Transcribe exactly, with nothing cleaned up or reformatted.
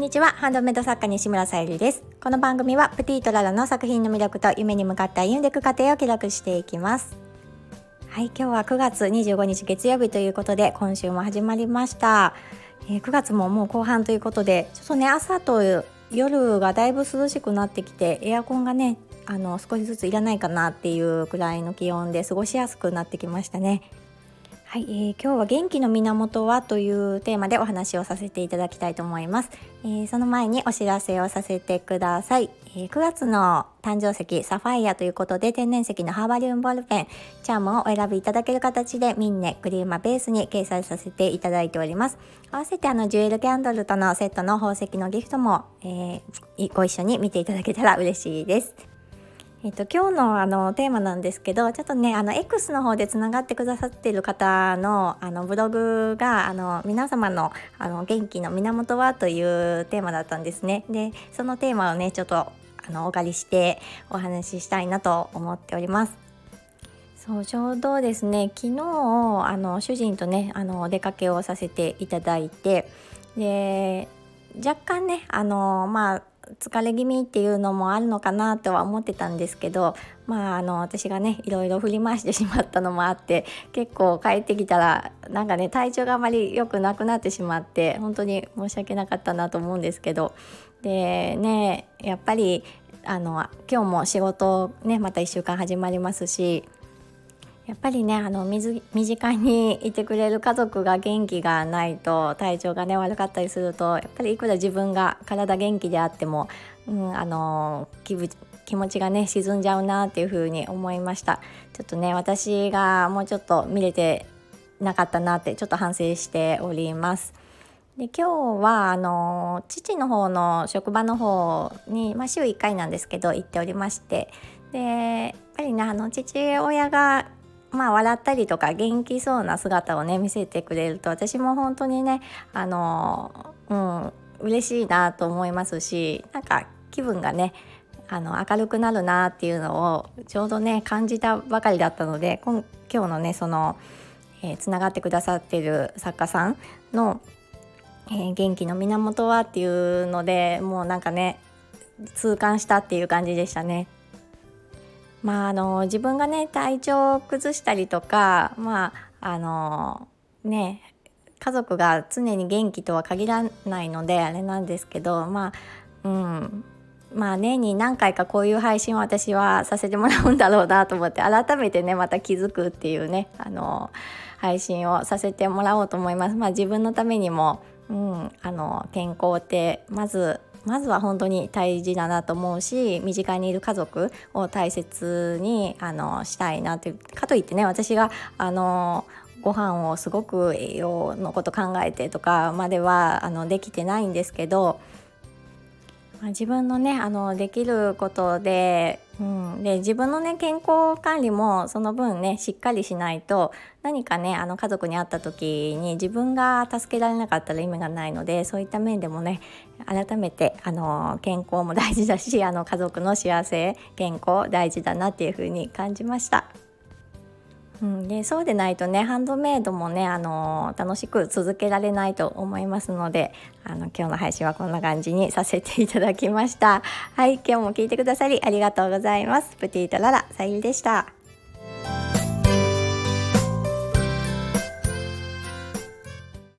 にちは。ハンドメイド作家西村さゆりです。この番組はプティとララの作品の魅力と夢に向かって歩んでいく過程を記録していきます。はい、今日はくがつにじゅうごにち月曜日ということで、今週も始まりました。えー、くがつももう後半ということで、ちょっとね朝と夜がだいぶ涼しくなってきて、エアコンがねあの少しずついらないかなっていうくらいの気温で過ごしやすくなってきましたね。はい、えー、今日は元気の源はというテーマでお話をさせていただきたいと思います。えー、その前にお知らせをさせてください。えー、くがつの誕生石サファイアということで、天然石のハーバリウムボールペンチャームをお選びいただける形でミンネクリーマベースに掲載させていただいております。合わせてあのジュエルキャンドルとのセットの宝石のギフトも、えー、ご一緒に見ていただけたら嬉しいです。えっと、今日のあのテーマなんですけど、ちょっとねあの X の方でつながってくださっている方のあのブログがあの皆様のあの元気の源はというテーマだったんですね。でそのテーマをねちょっとあのお借りしてお話ししたいなと思っております。そうちょうどですね昨日あの主人とねあのお出かけをさせていただいて、で若干ねあのまあ疲れ気味っていうのもあるのかなとは思ってたんですけど、まああの私がねいろいろ振り回してしまったのもあって、結構帰ってきたらなんかね体調があまり良くなくなってしまって、本当に申し訳なかったなと思うんですけど、でねやっぱりあの今日も仕事ねまたいっしゅうかん始まりますし、やっぱりねあの水身近にいてくれる家族が元気がないと、体調がね悪かったりすると、やっぱりいくら自分が体元気であっても、うん、あの 気, 気持ちがね沈んじゃうなっていう風に思いました。ちょっとね私がもうちょっと見れてなかったなってちょっと反省しております。で今日はあの父の方の職場の方に、まあ、週いっかいなんですけど行っておりまして、でやっぱりねあの父親がまあ笑ったりとか元気そうな姿をね見せてくれると、私も本当にねあのうん嬉しいなと思いますし、なんか気分がねあの明るくなるなっていうのをちょうどね感じたばかりだったので、今今日のねその、えー、つながってくださっている作家さんの、えー、元気の源はっていうので、もうなんかね痛感したっていう感じでしたね。まあ、あの自分がね体調を崩したりとか、まああのね家族が常に元気とは限らないのであれなんですけど、まあうんまあ年に何回かこういう配信を私はさせてもらうんだろうなと思って、改めてねまた気づくっていうねあの配信をさせてもらおうと思います。まあ自分のためにも、うん、あの健康ってまずまずは本当に大事だなと思うし、身近にいる家族を大切にあのしたいなというかといってね、私があのご飯をすごく栄養のこと考えてとかまではあのできてないんですけど、自分のねあのできることで、うん、で自分のね健康管理もその分ねしっかりしないと、何かねあの家族に会った時に自分が助けられなかったら意味がないので、そういった面でもね改めてあの健康も大事だし、あの家族の幸せ健康大事だなっていう風に感じました。うん、でそうでないとねハンドメイドもねあの楽しく続けられないと思いますので、あの今日の配信はこんな感じにさせていただきました。はい、今日も聞いてくださりありがとうございます。プティとララさゆりでした。